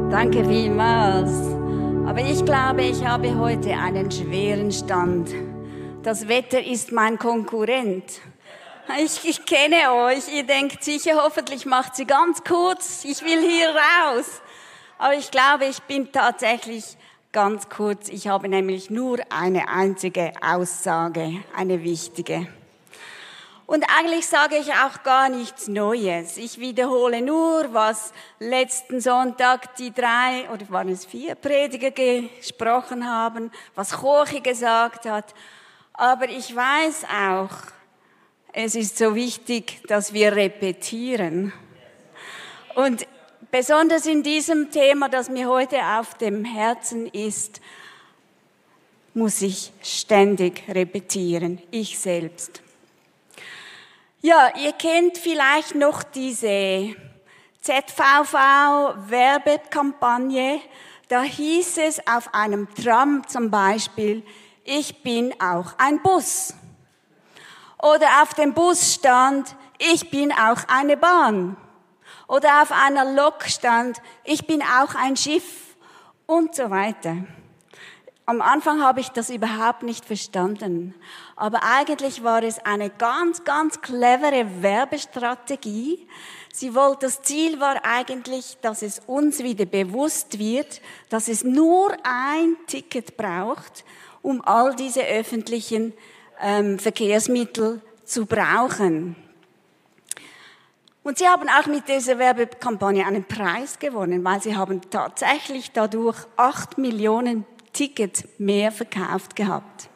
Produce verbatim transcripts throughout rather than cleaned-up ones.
Danke vielmals. Aber ich glaube, ich habe heute einen schweren Stand. Das Wetter ist mein Konkurrent. Ich, ich kenne euch. Ihr denkt sicher, hoffentlich macht sie ganz kurz. Ich will hier raus. Aber ich glaube, ich bin tatsächlich ganz kurz. Ich habe nämlich nur eine einzige Aussage, eine wichtige. Und eigentlich sage ich auch gar nichts Neues. Ich wiederhole nur, was letzten Sonntag die drei, oder waren es vier Prediger gesprochen haben, was Kochi gesagt hat. Aber ich weiß auch, es ist so wichtig, dass wir repetieren. Und besonders in diesem Thema, das mir heute auf dem Herzen ist, muss ich ständig repetieren, ich selbst. Ja, ihr kennt vielleicht noch diese Z V V-Werbekampagne. Da hieß es auf einem Tram zum Beispiel, ich bin auch ein Bus. Oder auf dem Bus stand, ich bin auch eine Bahn. Oder auf einer Lok stand, ich bin auch ein Schiff und so weiter. Am Anfang habe ich das überhaupt nicht verstanden. Aber eigentlich war es eine ganz, ganz clevere Werbestrategie. Sie wollte, das Ziel war eigentlich, dass es uns wieder bewusst wird, dass es nur ein Ticket braucht, um all diese öffentlichen ähm, Verkehrsmittel zu brauchen. Und sie haben auch mit dieser Werbekampagne einen Preis gewonnen, weil sie haben tatsächlich dadurch acht Millionen Tickets mehr verkauft gehabt.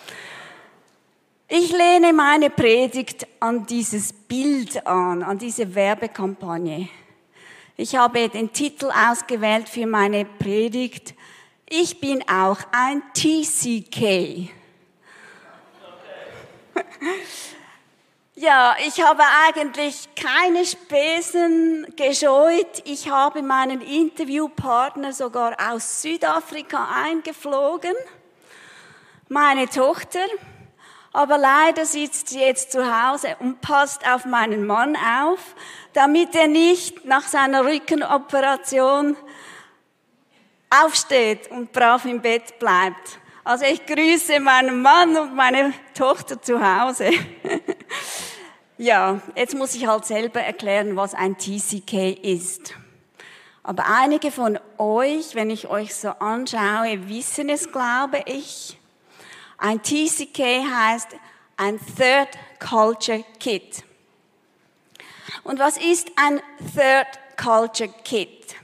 Ich lehne meine Predigt an dieses Bild an, an diese Werbekampagne. Ich habe den Titel ausgewählt für meine Predigt. Ich bin auch ein T C K. Ja, ich habe eigentlich keine Spesen gescheut. Ich habe meinen Interviewpartner sogar aus Südafrika eingeflogen, meine Tochter. Aber leider sitzt sie jetzt zu Hause und passt auf meinen Mann auf, damit er nicht nach seiner Rückenoperation aufsteht und brav im Bett bleibt. Also ich grüße meinen Mann und meine Tochter zu Hause. Ja, jetzt muss ich halt selber erklären, was ein T C K ist. Aber einige von euch, wenn ich euch so anschaue, wissen es, glaube ich. Ein T C K heißt ein Third Culture Kit. Und was ist ein Third Culture Kit?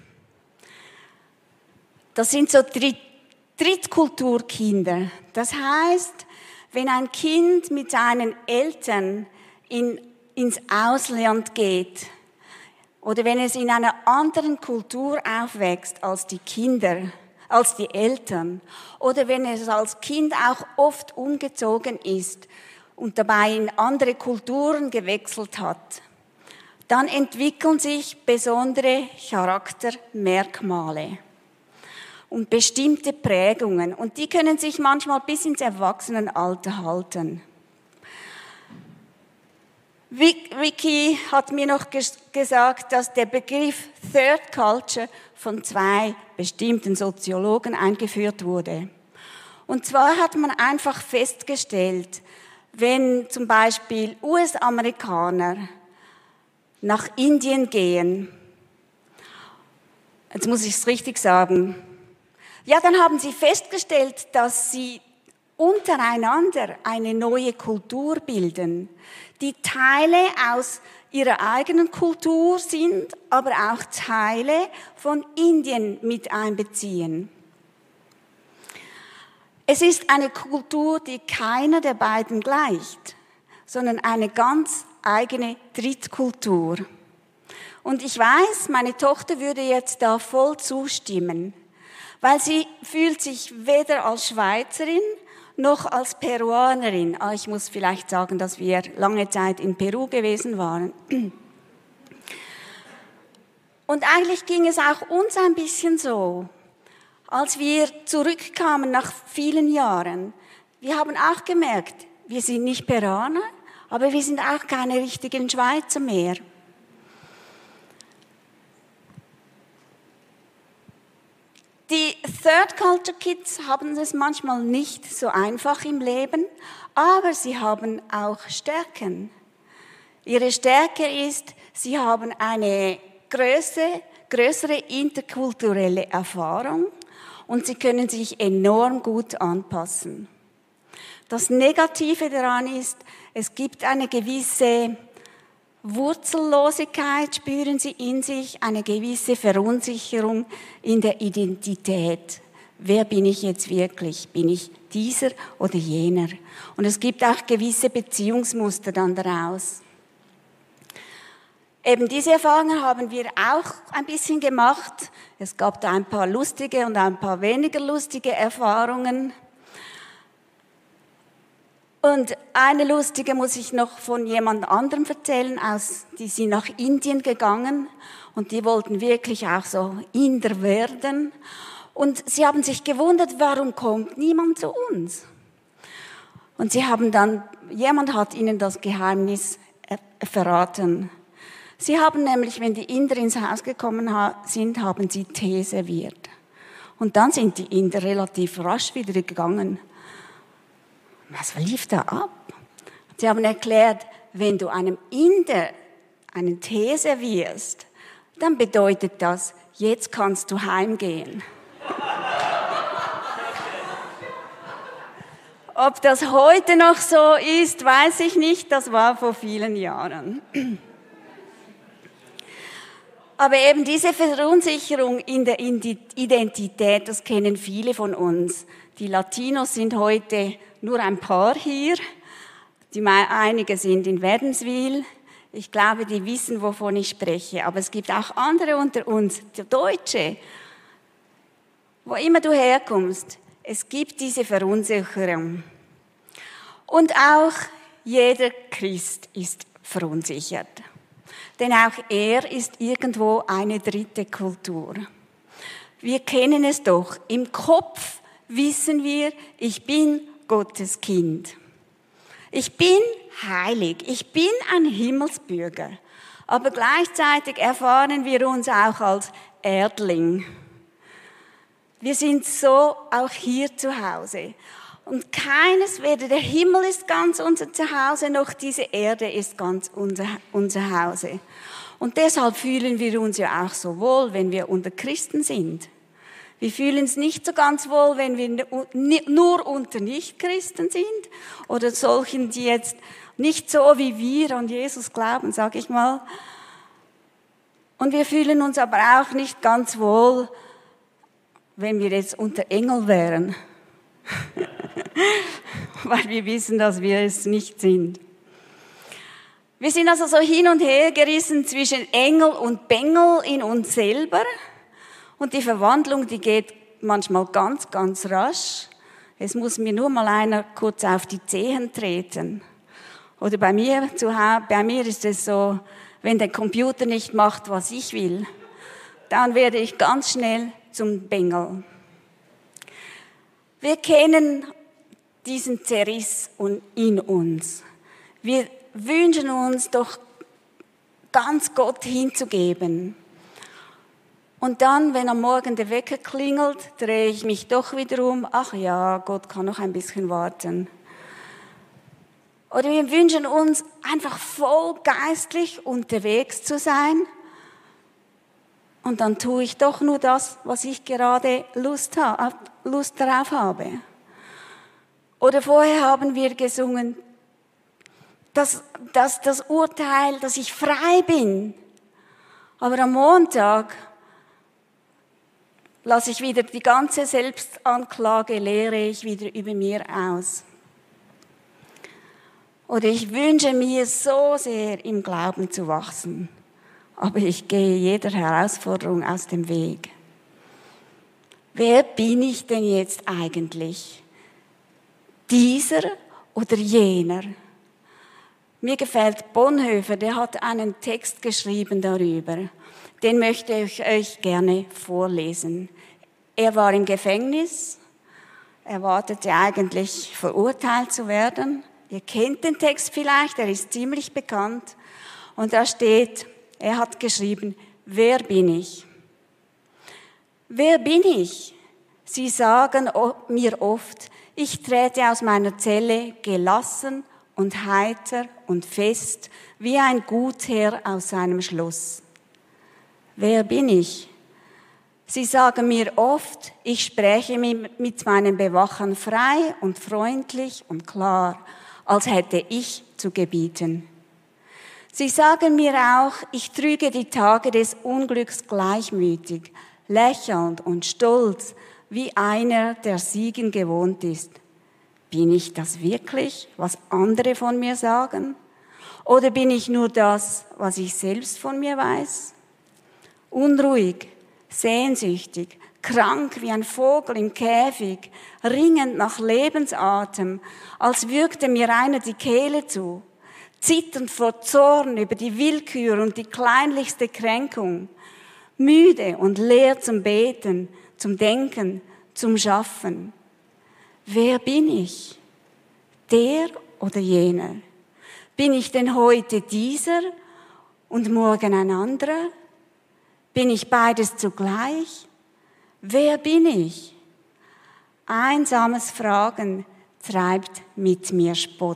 Das sind so Dritt Drittkulturkinder. Das heißt, wenn ein Kind mit seinen Eltern in, ins Ausland geht oder wenn es in einer anderen Kultur aufwächst als die Kinder, als die Eltern oder wenn es als Kind auch oft umgezogen ist und dabei in andere Kulturen gewechselt hat, dann entwickeln sich besondere Charaktermerkmale und bestimmte Prägungen. Und die können sich manchmal bis ins Erwachsenenalter halten. Vicky hat mir noch ges- gesagt, dass der Begriff Third Culture von zwei bestimmten Soziologen eingeführt wurde. Und zwar hat man einfach festgestellt, wenn zum Beispiel U S-Amerikaner nach Indien gehen, jetzt muss ich es richtig sagen, ja, dann haben sie festgestellt, dass sie untereinander eine neue Kultur bilden, die Teile aus ihrer eigenen Kultur sind, aber auch Teile von Indien mit einbeziehen. Es ist eine Kultur, die keiner der beiden gleicht, sondern eine ganz eigene Drittkultur. Und ich weiß, meine Tochter würde jetzt da voll zustimmen, weil sie fühlt sich weder als Schweizerin noch als Peruanerin. Ah, ich muss vielleicht sagen, dass wir lange Zeit in Peru gewesen waren. Und eigentlich ging es auch uns ein bisschen so, als wir zurückkamen nach vielen Jahren. Wir haben auch gemerkt, wir sind nicht Peruaner, aber wir sind auch keine richtigen Schweizer mehr. Third Culture Kids haben es manchmal nicht so einfach im Leben, aber sie haben auch Stärken. Ihre Stärke ist, sie haben eine größere, größere interkulturelle Erfahrung und sie können sich enorm gut anpassen. Das Negative daran ist, es gibt eine gewisse Wurzellosigkeit, spüren sie in sich, eine gewisse Verunsicherung in der Identität. Wer bin ich jetzt wirklich? Bin ich dieser oder jener? Und es gibt auch gewisse Beziehungsmuster dann daraus. Eben diese Erfahrungen haben wir auch ein bisschen gemacht. Es gab da ein paar lustige und ein paar weniger lustige Erfahrungen. Und eine lustige muss ich noch von jemand anderem erzählen, aus, die sind nach Indien gegangen und die wollten wirklich auch so Inder werden. Und sie haben sich gewundert, warum kommt niemand zu uns? Und sie haben dann, jemand hat ihnen das Geheimnis verraten. Sie haben nämlich, wenn die Inder ins Haus gekommen sind, haben sie Tee serviert. Und dann sind die Inder relativ rasch wieder gegangen. Was lief da ab? Sie haben erklärt, wenn du einem Inder einen Tee servierst, dann bedeutet das, jetzt kannst du heimgehen. Ob das heute noch so ist, weiß ich nicht, das war vor vielen Jahren. Aber eben diese Verunsicherung in der Identität, das kennen viele von uns. Die Latinos sind heute nur ein paar hier. Die, einige sind in Wädenswil. Ich glaube, die wissen, wovon ich spreche. Aber es gibt auch andere unter uns, die Deutsche. Wo immer du herkommst, es gibt diese Verunsicherung. Und auch jeder Christ ist verunsichert. Denn auch er ist irgendwo eine dritte Kultur. Wir kennen es doch. Im Kopf wissen wir, ich bin Gottes Kind. Ich bin heilig. Ich bin ein Himmelsbürger. Aber gleichzeitig erfahren wir uns auch als Erdling. Wir sind so auch hier zu Hause. Und keines, weder der Himmel ist ganz unser Zuhause, noch diese Erde ist ganz unser, unser Hause. Und deshalb fühlen wir uns ja auch so wohl, wenn wir unter Christen sind. Wir fühlen uns nicht so ganz wohl, wenn wir nur unter Nichtchristen sind oder solchen, die jetzt nicht so wie wir an Jesus glauben, sage ich mal. Und wir fühlen uns aber auch nicht ganz wohl, wenn wir jetzt unter Engel wären. Weil wir wissen, dass wir es nicht sind. Wir sind also so hin und her gerissen zwischen Engel und Bengel in uns selber. Und die Verwandlung, die geht manchmal ganz, ganz rasch. Es muss mir nur mal einer kurz auf die Zehen treten. Oder bei mir, zu Hause, bei mir ist es so, wenn der Computer nicht macht, was ich will, dann werde ich ganz schnell zum Bengel. Wir kennen diesen Zerriss in uns. Wir wünschen uns doch ganz Gott hinzugeben. Und dann, wenn am Morgen der Wecker klingelt, drehe ich mich doch wieder um. Ach ja, Gott kann noch ein bisschen warten. Oder wir wünschen uns einfach voll geistlich unterwegs zu sein. Und dann tue ich doch nur das, was ich gerade Lust, ha- Lust darauf habe. Oder vorher haben wir gesungen, dass, dass das Urteil, dass ich frei bin. Aber am Montag lasse ich wieder die ganze Selbstanklage, lehre ich wieder über mir aus. Oder ich wünsche mir so sehr, im Glauben zu wachsen. Aber ich gehe jeder Herausforderung aus dem Weg. Wer bin ich denn jetzt eigentlich? Dieser oder jener? Mir gefällt Bonhoeffer, der hat einen Text geschrieben darüber. Den möchte ich euch gerne vorlesen. Er war im Gefängnis, er wartete eigentlich verurteilt zu werden. Ihr kennt den Text vielleicht, er ist ziemlich bekannt. Und da steht, er hat geschrieben, wer bin ich? Wer bin ich? Sie sagen mir oft, ich trete aus meiner Zelle gelassen und heiter und fest wie ein Gutsherr aus seinem Schloss. Wer bin ich? Sie sagen mir oft, ich spreche mit meinen Bewachern frei und freundlich und klar, als hätte ich zu gebieten. Sie sagen mir auch, ich trüge die Tage des Unglücks gleichmütig, lächelnd und stolz, wie einer, der Siegen gewohnt ist. Bin ich das wirklich, was andere von mir sagen? Oder bin ich nur das, was ich selbst von mir weiß? Unruhig, sehnsüchtig, krank wie ein Vogel im Käfig, ringend nach Lebensatem, als würgte mir einer die Kehle zu, zitternd vor Zorn über die Willkür und die kleinlichste Kränkung, müde und leer zum Beten, zum Denken, zum Schaffen. Wer bin ich? Der oder jener? Bin ich denn heute dieser und morgen ein anderer? Bin ich beides zugleich? Wer bin ich? Einsames Fragen treibt mit mir Spott.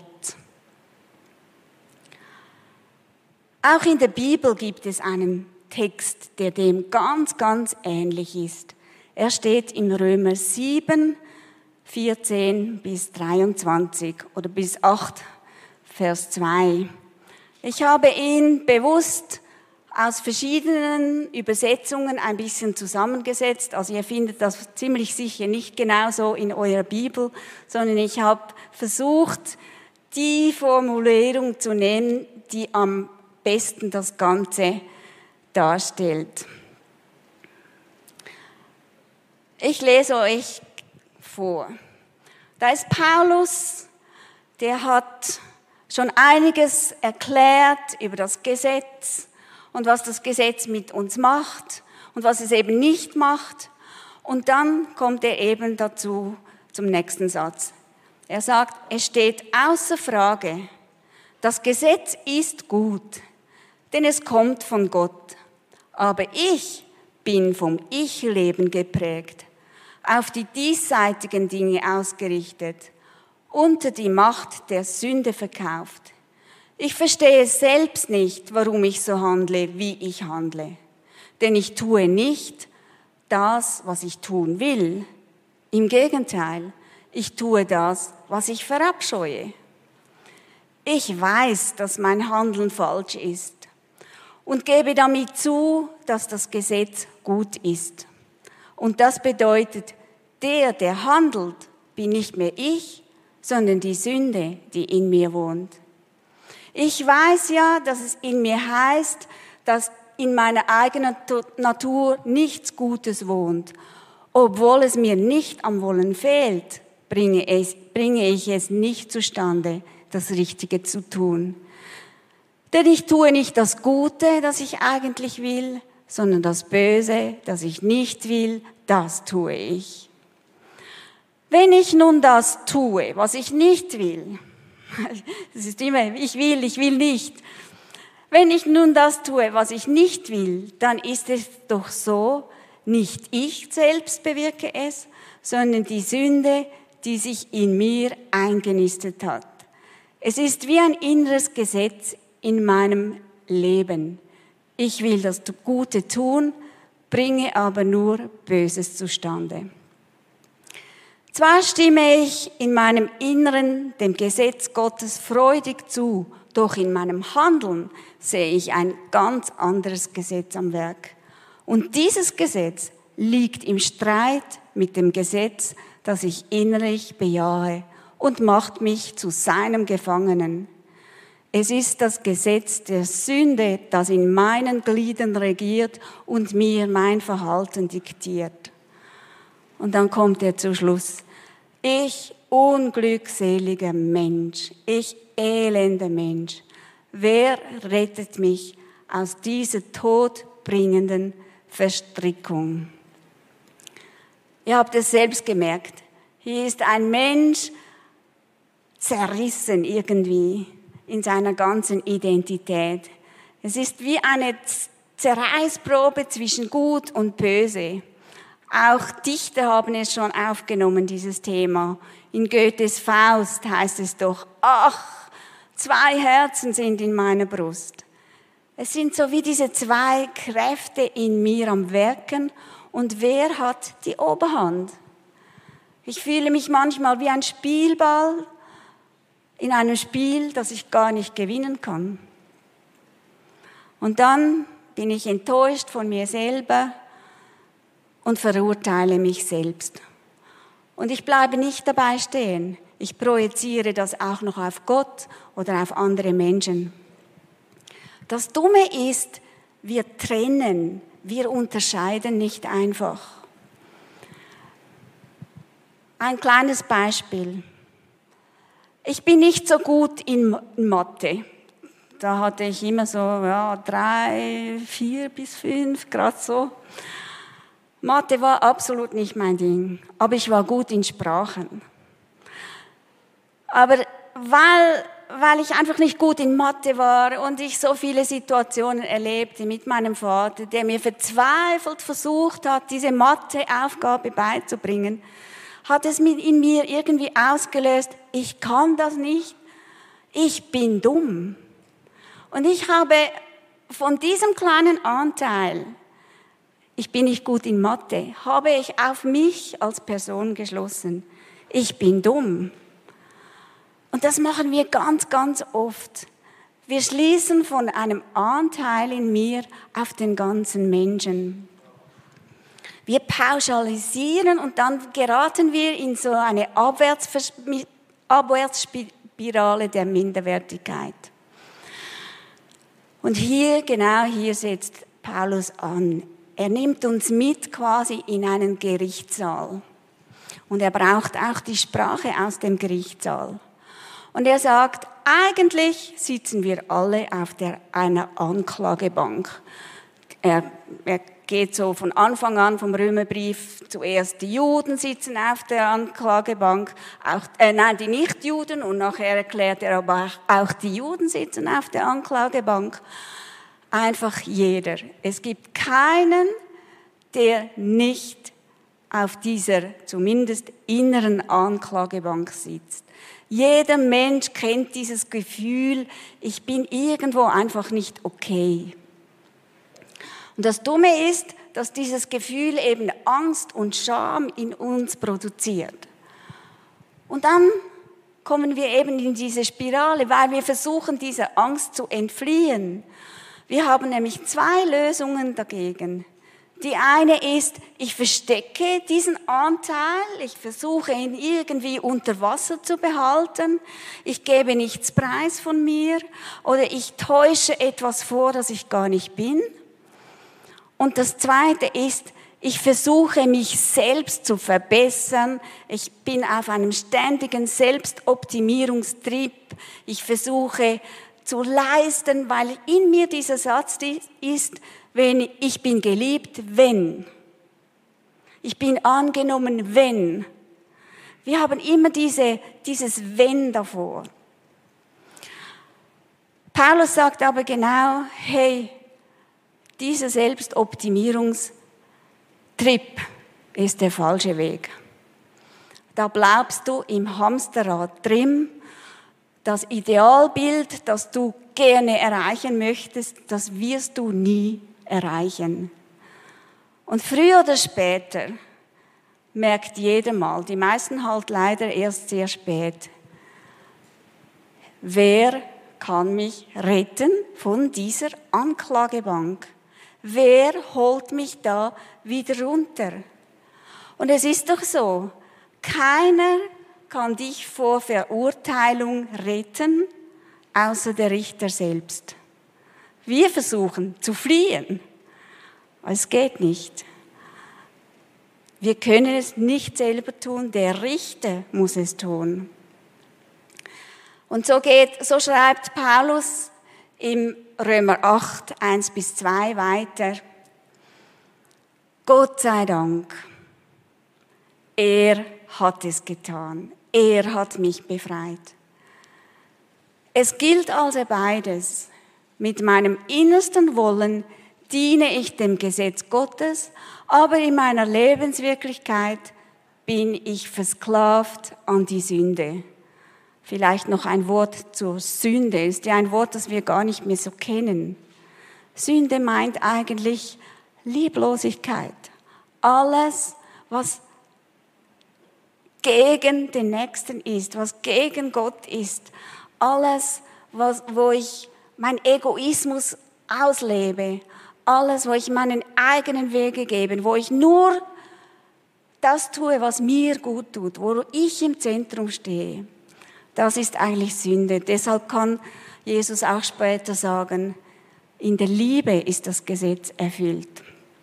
Auch in der Bibel gibt es einen Text, der dem ganz, ganz ähnlich ist. Er steht im Römer sieben, vierzehn bis dreiundzwanzig oder bis acht, Vers zwei. Ich habe ihn bewusst aus verschiedenen Übersetzungen ein bisschen zusammengesetzt. Also ihr findet das ziemlich sicher nicht genauso in eurer Bibel, sondern ich habe versucht, die Formulierung zu nehmen, die am besten das Ganze darstellt. Ich lese euch vor. Da ist Paulus, der hat schon einiges erklärt über das Gesetz und was das Gesetz mit uns macht und was es eben nicht macht. Und dann kommt er eben dazu zum nächsten Satz. Er sagt, es steht außer Frage, das Gesetz ist gut, denn es kommt von Gott. Aber ich bin vom Ich-Leben geprägt, auf die diesseitigen Dinge ausgerichtet, unter die Macht der Sünde verkauft. Ich verstehe selbst nicht, warum ich so handle, wie ich handle. Denn ich tue nicht das, was ich tun will. Im Gegenteil, ich tue das, was ich verabscheue. Ich weiß, dass mein Handeln falsch ist und gebe damit zu, dass das Gesetz gut ist. Und das bedeutet, der, der handelt, bin nicht mehr ich, sondern die Sünde, die in mir wohnt. Ich weiß ja, dass es in mir heißt, dass in meiner eigenen Natur nichts Gutes wohnt. Obwohl es mir nicht am Wollen fehlt, bringe, es, bringe ich es nicht zustande, das Richtige zu tun. Denn ich tue nicht das Gute, das ich eigentlich will, sondern das Böse, das ich nicht will, das tue ich. Wenn ich nun das tue, was ich nicht will, das ist immer, ich will, ich will nicht. Wenn ich nun das tue, was ich nicht will, dann ist es doch so, nicht ich selbst bewirke es, sondern die Sünde, die sich in mir eingenistet hat. Es ist wie ein inneres Gesetz in meinem Leben. Ich will das Gute tun, bringe aber nur Böses zustande. Zwar stimme ich in meinem Inneren dem Gesetz Gottes freudig zu, doch in meinem Handeln sehe ich ein ganz anderes Gesetz am Werk. Und dieses Gesetz liegt im Streit mit dem Gesetz, das ich innerlich bejahe und macht mich zu seinem Gefangenen. Es ist das Gesetz der Sünde, das in meinen Gliedern regiert und mir mein Verhalten diktiert. Und dann kommt er zum Schluss. Ich, unglückseliger Mensch, ich elender Mensch, wer rettet mich aus dieser todbringenden Verstrickung? Ihr habt es selbst gemerkt. Hier ist ein Mensch zerrissen irgendwie in seiner ganzen Identität. Es ist wie eine Zerreißprobe zwischen Gut und Böse. Auch Dichter haben es schon aufgenommen, dieses Thema. In Goethes Faust heißt es doch, ach, zwei Herzen sind in meiner Brust. Es sind so wie diese zwei Kräfte in mir am Werken und wer hat die Oberhand? Ich fühle mich manchmal wie ein Spielball in einem Spiel, das ich gar nicht gewinnen kann. Und dann bin ich enttäuscht von mir selber und verurteile mich selbst. Und ich bleibe nicht dabei stehen. Ich projiziere das auch noch auf Gott oder auf andere Menschen. Das Dumme ist, wir trennen, wir unterscheiden nicht einfach. Ein kleines Beispiel. Ich bin nicht so gut in Mathe. Da hatte ich immer so ja, drei, vier bis fünf, gerade so. Mathe war absolut nicht mein Ding, aber ich war gut in Sprachen. Aber weil, weil ich einfach nicht gut in Mathe war und ich so viele Situationen erlebte mit meinem Vater, der mir verzweifelt versucht hat, diese Matheaufgabe beizubringen, hat es in mir irgendwie ausgelöst, ich kann das nicht, ich bin dumm. Und ich habe von diesem kleinen Anteil, ich bin nicht gut in Mathe, habe ich auf mich als Person geschlossen. Ich bin dumm. Und das machen wir ganz, ganz oft. Wir schließen von einem Anteil in mir auf den ganzen Menschen. Wir pauschalisieren und dann geraten wir in so eine Abwärtsspirale der Minderwertigkeit. Und hier, genau hier setzt Paulus an. Er nimmt uns mit quasi in einen Gerichtssaal. Und er braucht auch die Sprache aus dem Gerichtssaal. Und er sagt, eigentlich sitzen wir alle auf der, einer Anklagebank. Er, er geht so von Anfang an vom Römerbrief, zuerst die Juden sitzen auf der Anklagebank, auch, äh, nein, die Nichtjuden, und nachher erklärt er aber auch die Juden sitzen auf der Anklagebank. Einfach jeder. Es gibt keinen, der nicht auf dieser zumindest inneren Anklagebank sitzt. Jeder Mensch kennt dieses Gefühl, ich bin irgendwo einfach nicht okay. Und das Dumme ist, dass dieses Gefühl eben Angst und Scham in uns produziert. Und dann kommen wir eben in diese Spirale, weil wir versuchen, dieser Angst zu entfliehen. Wir haben nämlich zwei Lösungen dagegen. Die eine ist, ich verstecke diesen Anteil, ich versuche ihn irgendwie unter Wasser zu behalten, ich gebe nichts preis von mir oder ich täusche etwas vor, das ich gar nicht bin. Und das zweite ist, ich versuche mich selbst zu verbessern, ich bin auf einem ständigen Selbstoptimierungstrieb, ich versuche zu leisten, weil in mir dieser Satz ist, wenn ich bin geliebt, wenn. Ich bin angenommen, wenn. Wir haben immer diese, dieses Wenn davor. Paulus sagt aber genau, hey, dieser Selbstoptimierungstrip ist der falsche Weg. Da bleibst du im Hamsterrad drin. Das Idealbild, das du gerne erreichen möchtest, das wirst du nie erreichen. Und früher oder später merkt jeder mal, die meisten halt leider erst sehr spät, wer kann mich retten von dieser Anklagebank? Wer holt mich da wieder runter? Und es ist doch so, keiner kann dich vor Verurteilung retten, außer der Richter selbst. Wir versuchen zu fliehen, aber es geht nicht. Wir können es nicht selber tun, der Richter muss es tun. Und so geht, so schreibt Paulus im Römer acht, eins bis zwei weiter. Gott sei Dank, er hat es getan. Er hat mich befreit. Es gilt also beides, mit meinem innersten Wollen diene ich dem Gesetz Gottes, aber in meiner Lebenswirklichkeit bin ich versklavt an die Sünde. Vielleicht noch ein Wort zur Sünde, ist ja ein Wort, das wir gar nicht mehr so kennen. Sünde meint eigentlich Lieblosigkeit. Alles, was gegen den Nächsten ist, was gegen Gott ist. Alles, was, wo ich meinen Egoismus auslebe. Alles, wo ich meinen eigenen Wege gebe, wo ich nur das tue, was mir gut tut, wo ich im Zentrum stehe. Das ist eigentlich Sünde. Deshalb kann Jesus auch später sagen, in der Liebe ist das Gesetz erfüllt.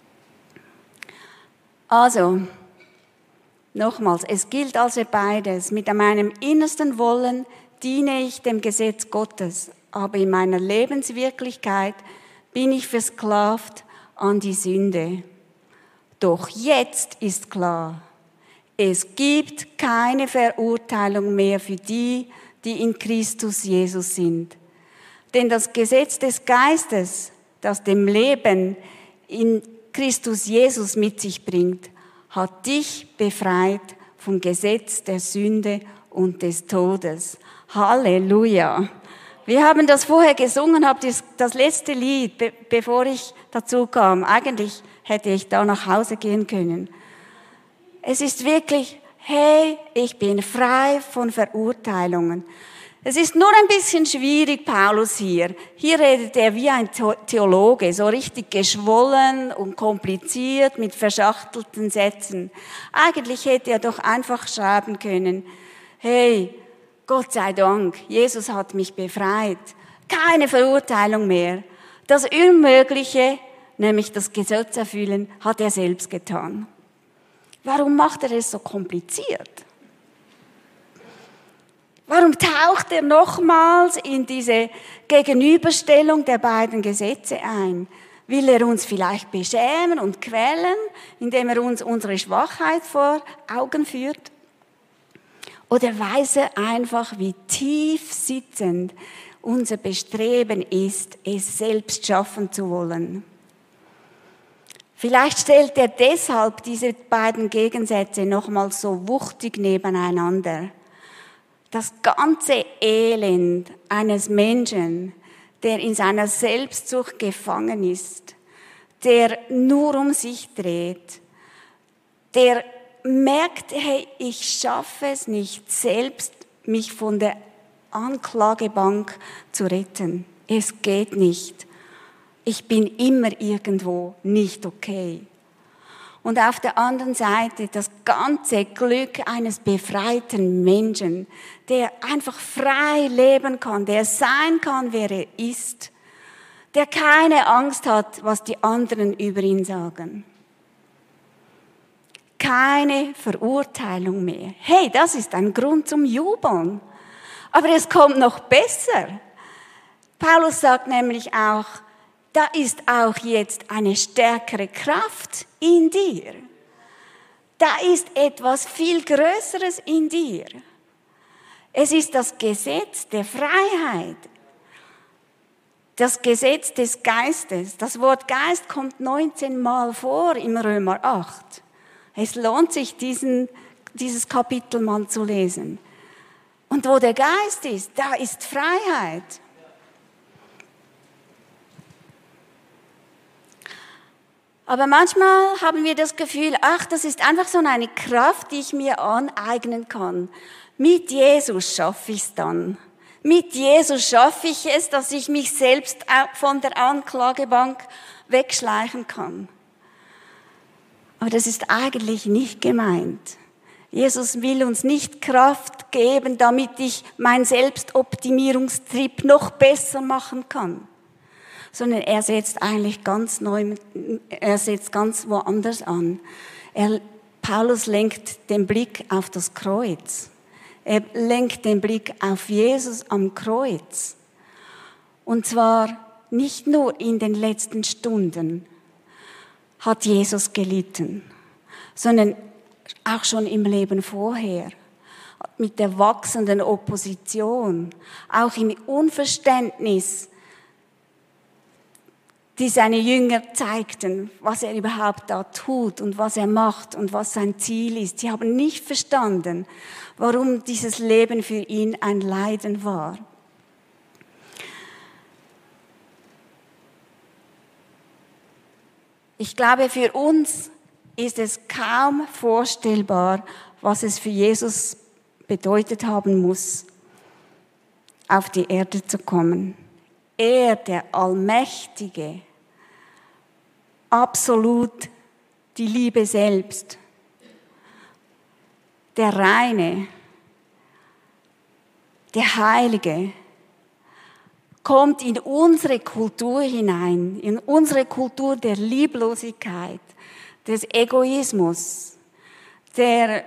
Also, nochmals, es gilt also beides. Mit meinem innersten Wollen diene ich dem Gesetz Gottes, aber in meiner Lebenswirklichkeit bin ich versklavt an die Sünde. Doch jetzt ist klar, es gibt keine Verurteilung mehr für die, die in Christus Jesus sind. Denn das Gesetz des Geistes, das dem Leben in Christus Jesus mit sich bringt, hat dich befreit vom Gesetz der Sünde und des Todes. Halleluja! Wir haben das vorher gesungen, habt ihr das letzte Lied, be- bevor ich dazu kam. Eigentlich hätte ich da nach Hause gehen können. Es ist wirklich, hey, ich bin frei von Verurteilungen. Es ist nur ein bisschen schwierig, Paulus hier. Hier redet er wie ein Theologe, so richtig geschwollen und kompliziert mit verschachtelten Sätzen. Eigentlich hätte er doch einfach schreiben können, hey, Gott sei Dank, Jesus hat mich befreit. Keine Verurteilung mehr. Das Unmögliche, nämlich das Gesetz erfüllen, hat er selbst getan. Warum macht er es so kompliziert? Warum taucht er nochmals in diese Gegenüberstellung der beiden Gesetze ein? Will er uns vielleicht beschämen und quälen, indem er uns unsere Schwachheit vor Augen führt? Oder weiß er einfach, wie tief sitzend unser Bestreben ist, es selbst schaffen zu wollen? Vielleicht stellt er deshalb diese beiden Gegensätze nochmals so wuchtig nebeneinander. Das ganze Elend eines Menschen, der in seiner Selbstsucht gefangen ist, der nur um sich dreht, der merkt, hey, ich schaffe es nicht selbst, mich von der Anklagebank zu retten. Es geht nicht. Ich bin immer irgendwo nicht okay. Und auf der anderen Seite das ganze Glück eines befreiten Menschen, der einfach frei leben kann, der sein kann, wer er ist, der keine Angst hat, was die anderen über ihn sagen. Keine Verurteilung mehr. Hey, das ist ein Grund zum Jubeln. Aber es kommt noch besser. Paulus sagt nämlich auch, da ist auch jetzt eine stärkere Kraft in dir. Da ist etwas viel Größeres in dir. Es ist das Gesetz der Freiheit. Das Gesetz des Geistes. Das Wort Geist kommt neunzehn Mal vor im Römer acht. Es lohnt sich, diesen, dieses Kapitel mal zu lesen. Und wo der Geist ist, da ist Freiheit. Aber manchmal haben wir das Gefühl, ach, das ist einfach so eine Kraft, die ich mir aneignen kann. Mit Jesus schaffe ich es dann. Mit Jesus schaffe ich es, dass ich mich selbst von der Anklagebank wegschleichen kann. Aber das ist eigentlich nicht gemeint. Jesus will uns nicht Kraft geben, damit ich meinen Selbstoptimierungstrieb noch besser machen kann. Sondern er setzt eigentlich ganz neu, er setzt ganz woanders an. Er, Paulus lenkt den Blick auf das Kreuz. Er lenkt den Blick auf Jesus am Kreuz. Und zwar nicht nur in den letzten Stunden hat Jesus gelitten, sondern auch schon im Leben vorher. Mit der wachsenden Opposition, auch im Unverständnis die seine Jünger zeigten, was er überhaupt da tut und was er macht und was sein Ziel ist. Sie haben nicht verstanden, warum dieses Leben für ihn ein Leiden war. Ich glaube, für uns ist es kaum vorstellbar, was es für Jesus bedeutet haben muss, auf die Erde zu kommen. Er, der Allmächtige, absolut die Liebe selbst, der Reine, der Heilige, kommt in unsere Kultur hinein, in unsere Kultur der Lieblosigkeit, des Egoismus, der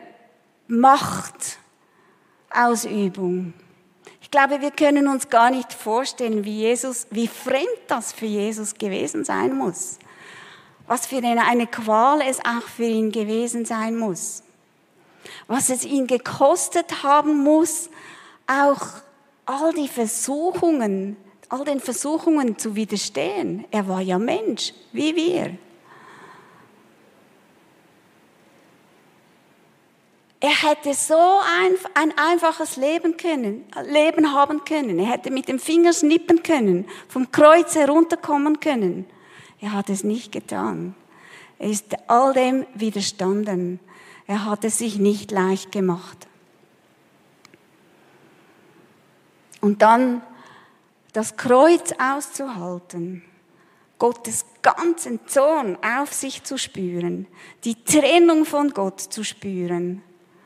Machtausübung. Ich glaube, wir können uns gar nicht vorstellen, wie Jesus, wie fremd das für Jesus gewesen sein muss. Was für eine Qual es auch für ihn gewesen sein muss. Was es ihn gekostet haben muss, auch all die Versuchungen, all den Versuchungen zu widerstehen. Er war ja Mensch, wie wir. Er hätte so ein, ein einfaches Leben, können, Leben haben können. Er hätte mit dem Finger schnippen können, vom Kreuz herunterkommen können. Er hat es nicht getan. Er ist all dem widerstanden. Er hat es sich nicht leicht gemacht. Und dann das Kreuz auszuhalten, Gottes ganzen Zorn auf sich zu spüren, die Trennung von Gott zu spüren,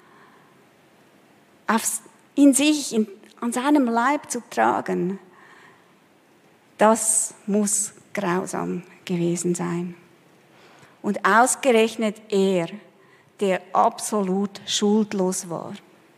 auf, in sich, in, an seinem Leib zu tragen, das muss grausam gewesen sein. Und ausgerechnet er, der absolut schuldlos war.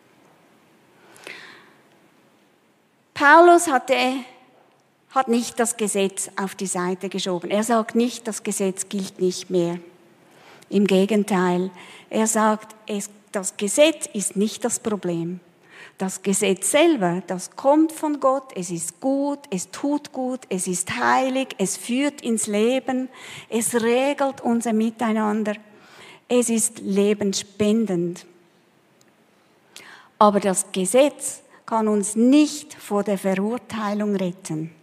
Paulus hatte, hat nicht das Gesetz auf die Seite geschoben. Er sagt nicht, das Gesetz gilt nicht mehr. Im Gegenteil, er sagt, es, das Gesetz ist nicht das Problem. Das Gesetz selber, das kommt von Gott, es ist gut, es tut gut, es ist heilig, es führt ins Leben, es regelt unser Miteinander, es ist lebensspendend. Aber das Gesetz kann uns nicht vor der Verurteilung retten.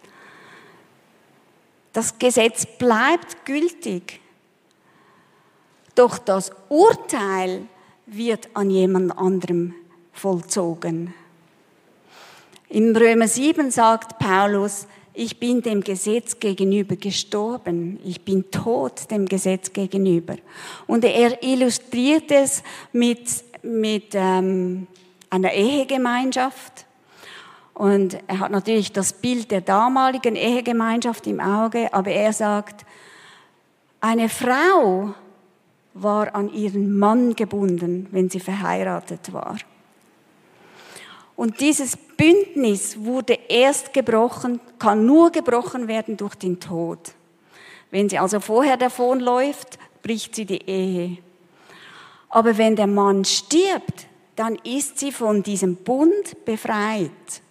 Das Gesetz bleibt gültig, doch das Urteil wird an jemand anderem vollzogen. Im Römer sieben sagt Paulus, ich bin dem Gesetz gegenüber gestorben, ich bin tot dem Gesetz gegenüber. Und er illustriert es mit, mit ähm, einer Ehegemeinschaft. Und er hat natürlich das Bild der damaligen Ehegemeinschaft im Auge, aber er sagt, eine Frau war an ihren Mann gebunden, wenn sie verheiratet war. Und dieses Bündnis wurde erst gebrochen, kann nur gebrochen werden durch den Tod. Wenn sie also vorher davonläuft, bricht sie die Ehe. Aber wenn der Mann stirbt, dann ist sie von diesem Bund befreit.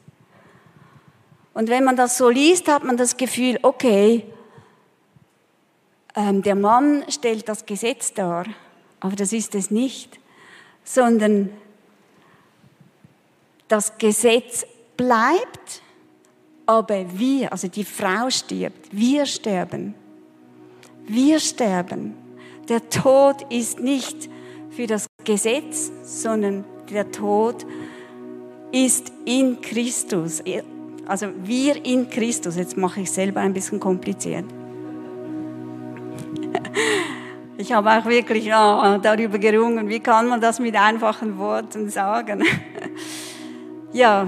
Und wenn man das so liest, hat man das Gefühl, okay, ähm, der Mann stellt das Gesetz dar, aber das ist es nicht, sondern das Gesetz bleibt, aber wir, also die Frau stirbt, wir sterben. Wir sterben. Der Tod ist nicht für das Gesetz, sondern der Tod ist in Christus. Also wir in Christus. Jetzt mache ich es selber ein bisschen kompliziert. Ich habe auch wirklich ja, darüber gerungen, wie kann man das mit einfachen Worten sagen. Ja,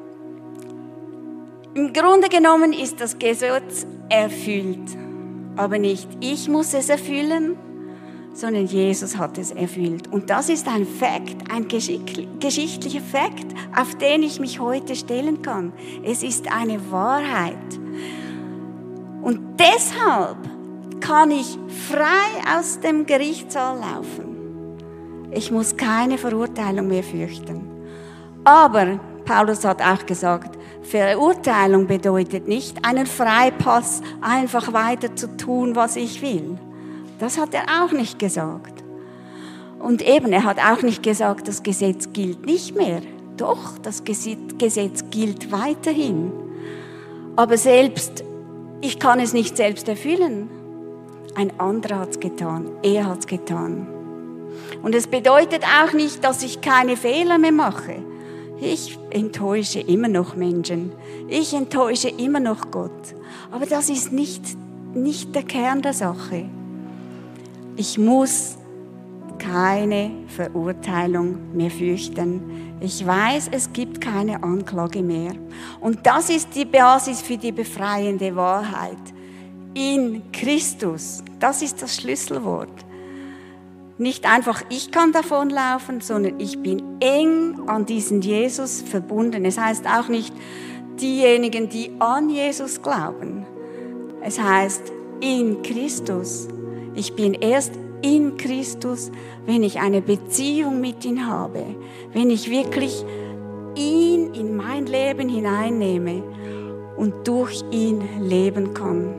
im Grunde genommen ist das Gesetz erfüllt, aber nicht ich muss es erfüllen, sondern Jesus hat es erfüllt. Und das ist ein Fakt, ein geschichtlicher Fakt, auf den ich mich heute stellen kann. Es ist eine Wahrheit. Und deshalb kann ich frei aus dem Gerichtssaal laufen. Ich muss keine Verurteilung mehr fürchten. Aber Paulus hat auch gesagt, Verurteilung bedeutet nicht, einen Freipass einfach weiter zu tun, was ich will. Das hat er auch nicht gesagt. Und eben, er hat auch nicht gesagt, das Gesetz gilt nicht mehr. Doch, das Gesetz gilt weiterhin. Aber selbst, ich kann es nicht selbst erfüllen. Ein anderer hat es getan. Er hat es getan. Und es bedeutet auch nicht, dass ich keine Fehler mehr mache. Ich enttäusche immer noch Menschen. Ich enttäusche immer noch Gott. Aber das ist nicht, nicht der Kern der Sache. Ich muss keine Verurteilung mehr fürchten. Ich weiß, es gibt keine Anklage mehr. Und das ist die Basis für die befreiende Wahrheit. In Christus. Das ist das Schlüsselwort. Nicht einfach, ich kann davonlaufen, sondern ich bin eng an diesen Jesus verbunden. Es heißt auch nicht diejenigen, die an Jesus glauben. Es heißt in Christus. Ich bin erst in Christus, wenn ich eine Beziehung mit ihm habe, wenn ich wirklich ihn in mein Leben hineinnehme und durch ihn leben kann.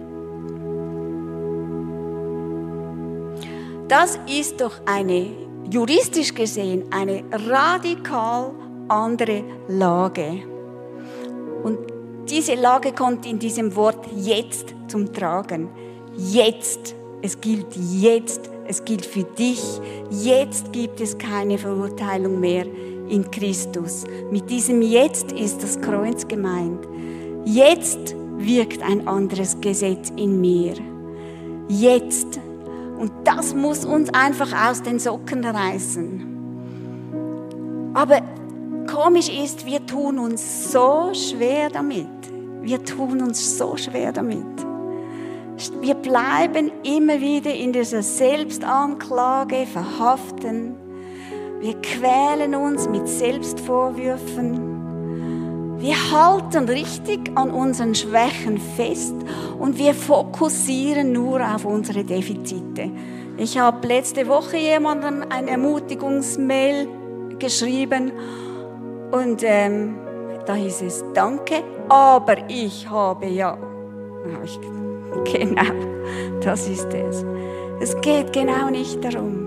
Das ist doch eine, juristisch gesehen, eine radikal andere Lage. Und diese Lage kommt in diesem Wort jetzt zum Tragen. Jetzt. Es gilt jetzt, es gilt für dich. Jetzt gibt es keine Verurteilung mehr in Christus. Mit diesem Jetzt ist das Kreuz gemeint. Jetzt wirkt ein anderes Gesetz in mir. Jetzt. Und das muss uns einfach aus den Socken reißen. Aber komisch ist, wir tun uns so schwer damit. Wir tun uns so schwer damit. Wir bleiben immer wieder in dieser Selbstanklage verhaften. Wir quälen uns mit Selbstvorwürfen. Wir halten richtig an unseren Schwächen fest und wir fokussieren nur auf unsere Defizite. Ich habe letzte Woche jemandem eine Ermutigungsmail geschrieben und ähm, da hieß es, danke, aber ich habe ja. Da habe ich gedacht, genau, das ist es. Es geht genau nicht darum.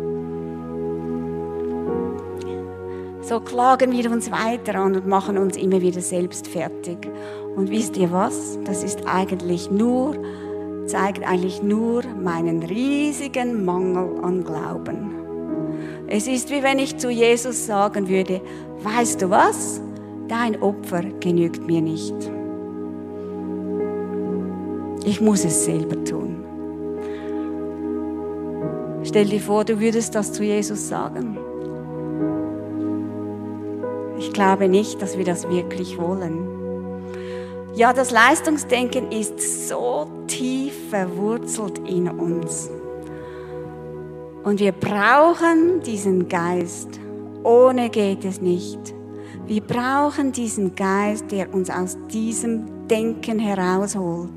So klagen wir uns weiter an und machen uns immer wieder selbst fertig. Und wisst ihr was? Das ist eigentlich nur, zeigt eigentlich nur meinen riesigen Mangel an Glauben. Es ist wie wenn ich zu Jesus sagen würde, weißt du was? Dein Opfer genügt mir nicht. Ich muss es selber tun. Stell dir vor, du würdest das zu Jesus sagen. Ich glaube nicht, dass wir das wirklich wollen. Ja, das Leistungsdenken ist so tief verwurzelt in uns. Und wir brauchen diesen Geist. Ohne geht es nicht. Wir brauchen diesen Geist, der uns aus diesem Denken herausholt.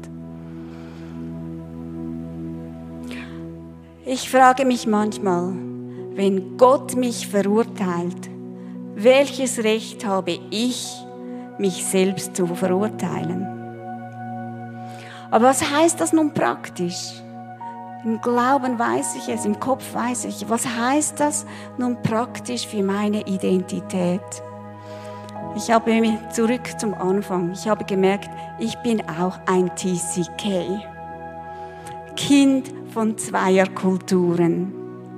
Ich frage mich manchmal, wenn Gott mich verurteilt, welches Recht habe ich, mich selbst zu verurteilen? Aber was heißt das nun praktisch? Im Glauben weiß ich es, im Kopf weiß ich. Was heißt das nun praktisch für meine Identität? Ich habe mich zurück zum Anfang. Ich habe gemerkt, ich bin auch ein T C K. Kind von Zweierkulturen.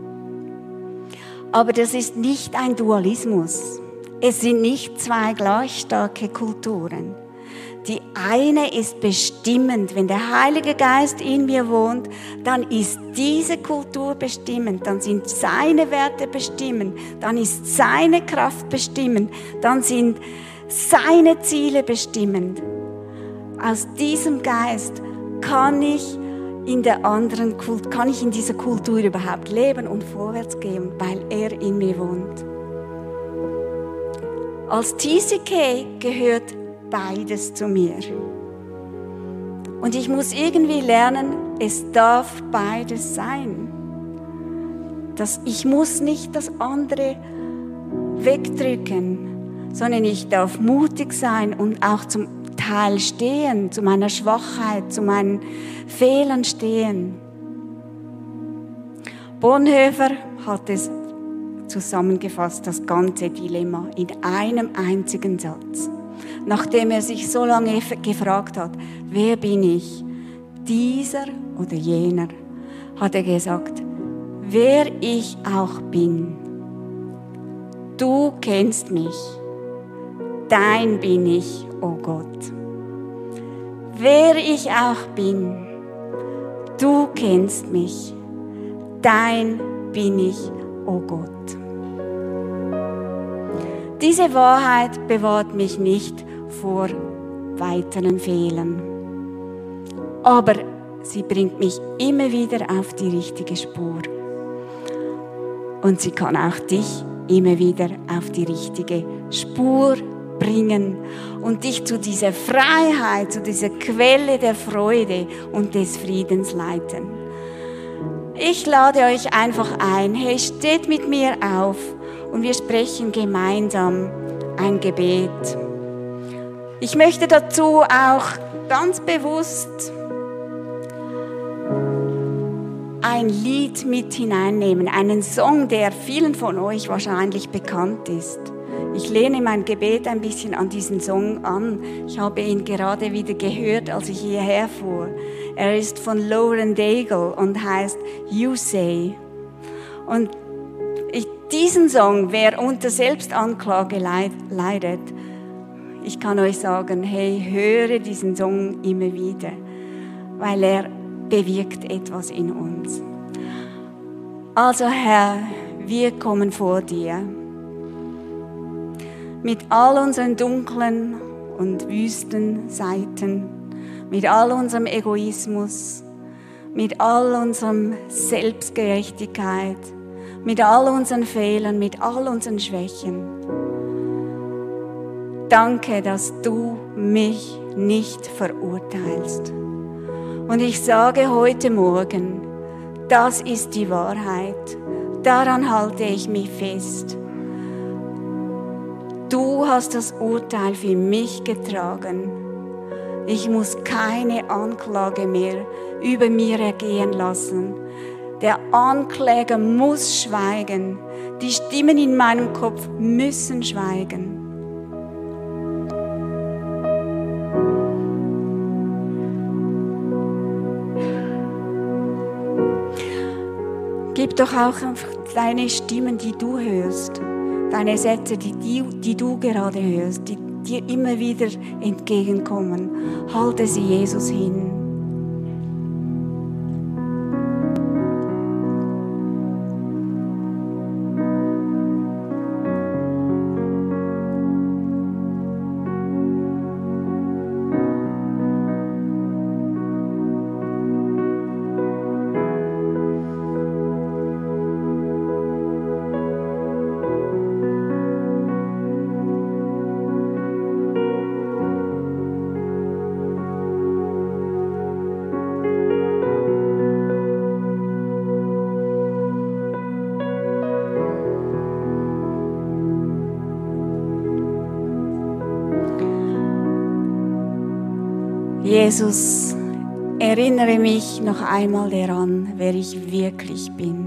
Aber das ist nicht ein Dualismus. Es sind nicht zwei gleich starke Kulturen. Die eine ist bestimmend. Wenn der Heilige Geist in mir wohnt, dann ist diese Kultur bestimmend. Dann sind seine Werte bestimmend. Dann ist seine Kraft bestimmend. Dann sind seine Ziele bestimmend. Aus diesem Geist kann ich in der anderen Kultur, kann ich in dieser Kultur überhaupt leben und vorwärts gehen, weil er in mir wohnt. Als T C K gehört beides zu mir. Und ich muss irgendwie lernen, es darf beides sein. Das, ich muss nicht das andere wegdrücken, sondern ich darf mutig sein und auch zum Teil stehen, zu meiner Schwachheit, zu meinen Fehlern stehen. Bonhoeffer hat es zusammengefasst, das ganze Dilemma, in einem einzigen Satz. Nachdem er sich so lange gefragt hat, wer bin ich, dieser oder jener, hat er gesagt, wer ich auch bin, du kennst mich, dein bin ich, o Gott. Wer ich auch bin, du kennst mich, dein bin ich, o Gott. Diese Wahrheit bewahrt mich nicht vor weiteren Fehlern, aber sie bringt mich immer wieder auf die richtige Spur. Und sie kann auch dich immer wieder auf die richtige Spur bringen und dich zu dieser Freiheit, zu dieser Quelle der Freude und des Friedens leiten. Ich lade euch einfach ein, hey, steht mit mir auf und wir sprechen gemeinsam ein Gebet. Ich möchte dazu auch ganz bewusst ein Lied mit hineinnehmen, einen Song, der vielen von euch wahrscheinlich bekannt ist. Ich lehne mein Gebet ein bisschen an diesen Song an. Ich habe ihn gerade wieder gehört, als ich hierher fuhr. Er ist von Lauren Daigle und heißt You Say. Und ich, diesen Song, wer unter Selbstanklage leidet, ich kann euch sagen, hey, höre diesen Song immer wieder, weil er bewirkt etwas in uns. Also Herr, wir kommen vor dir. Mit all unseren dunklen und wüsten Seiten, mit all unserem Egoismus, mit all unserer Selbstgerechtigkeit, mit all unseren Fehlern, mit all unseren Schwächen. Danke, dass du mich nicht verurteilst. Und ich sage heute Morgen, das ist die Wahrheit. Daran halte ich mich fest. Du hast das Urteil für mich getragen. Ich muss keine Anklage mehr über mir ergehen lassen. Der Ankläger muss schweigen. Die Stimmen in meinem Kopf müssen schweigen. Gib doch auch einfach deine Stimmen, die du hörst, deine Sätze, die, die, die du gerade hörst, die dir immer wieder entgegenkommen. Halte sie Jesus hin. Jesus, erinnere mich noch einmal daran, wer ich wirklich bin.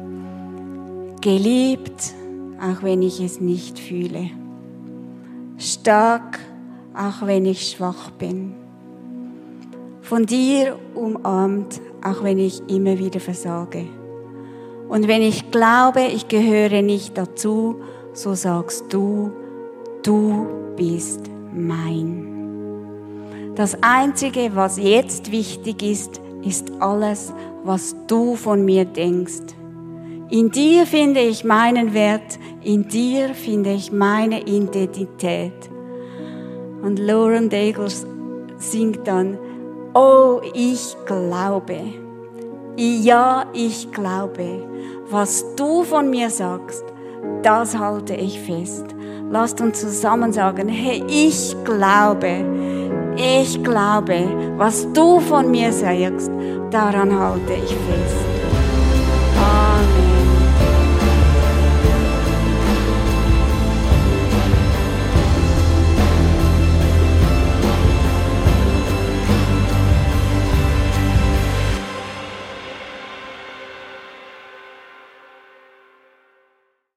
Geliebt, auch wenn ich es nicht fühle. Stark, auch wenn ich schwach bin. Von dir umarmt, auch wenn ich immer wieder versage. Und wenn ich glaube, ich gehöre nicht dazu, so sagst du, du bist mein. Das Einzige, was jetzt wichtig ist, ist alles, was du von mir denkst. In dir finde ich meinen Wert, in dir finde ich meine Identität. Und Lauren Daigle singt dann, oh, ich glaube, ja, ich glaube, was du von mir sagst, das halte ich fest. Lasst uns zusammen sagen, hey, ich glaube, ich glaube, was du von mir sagst, daran halte ich fest.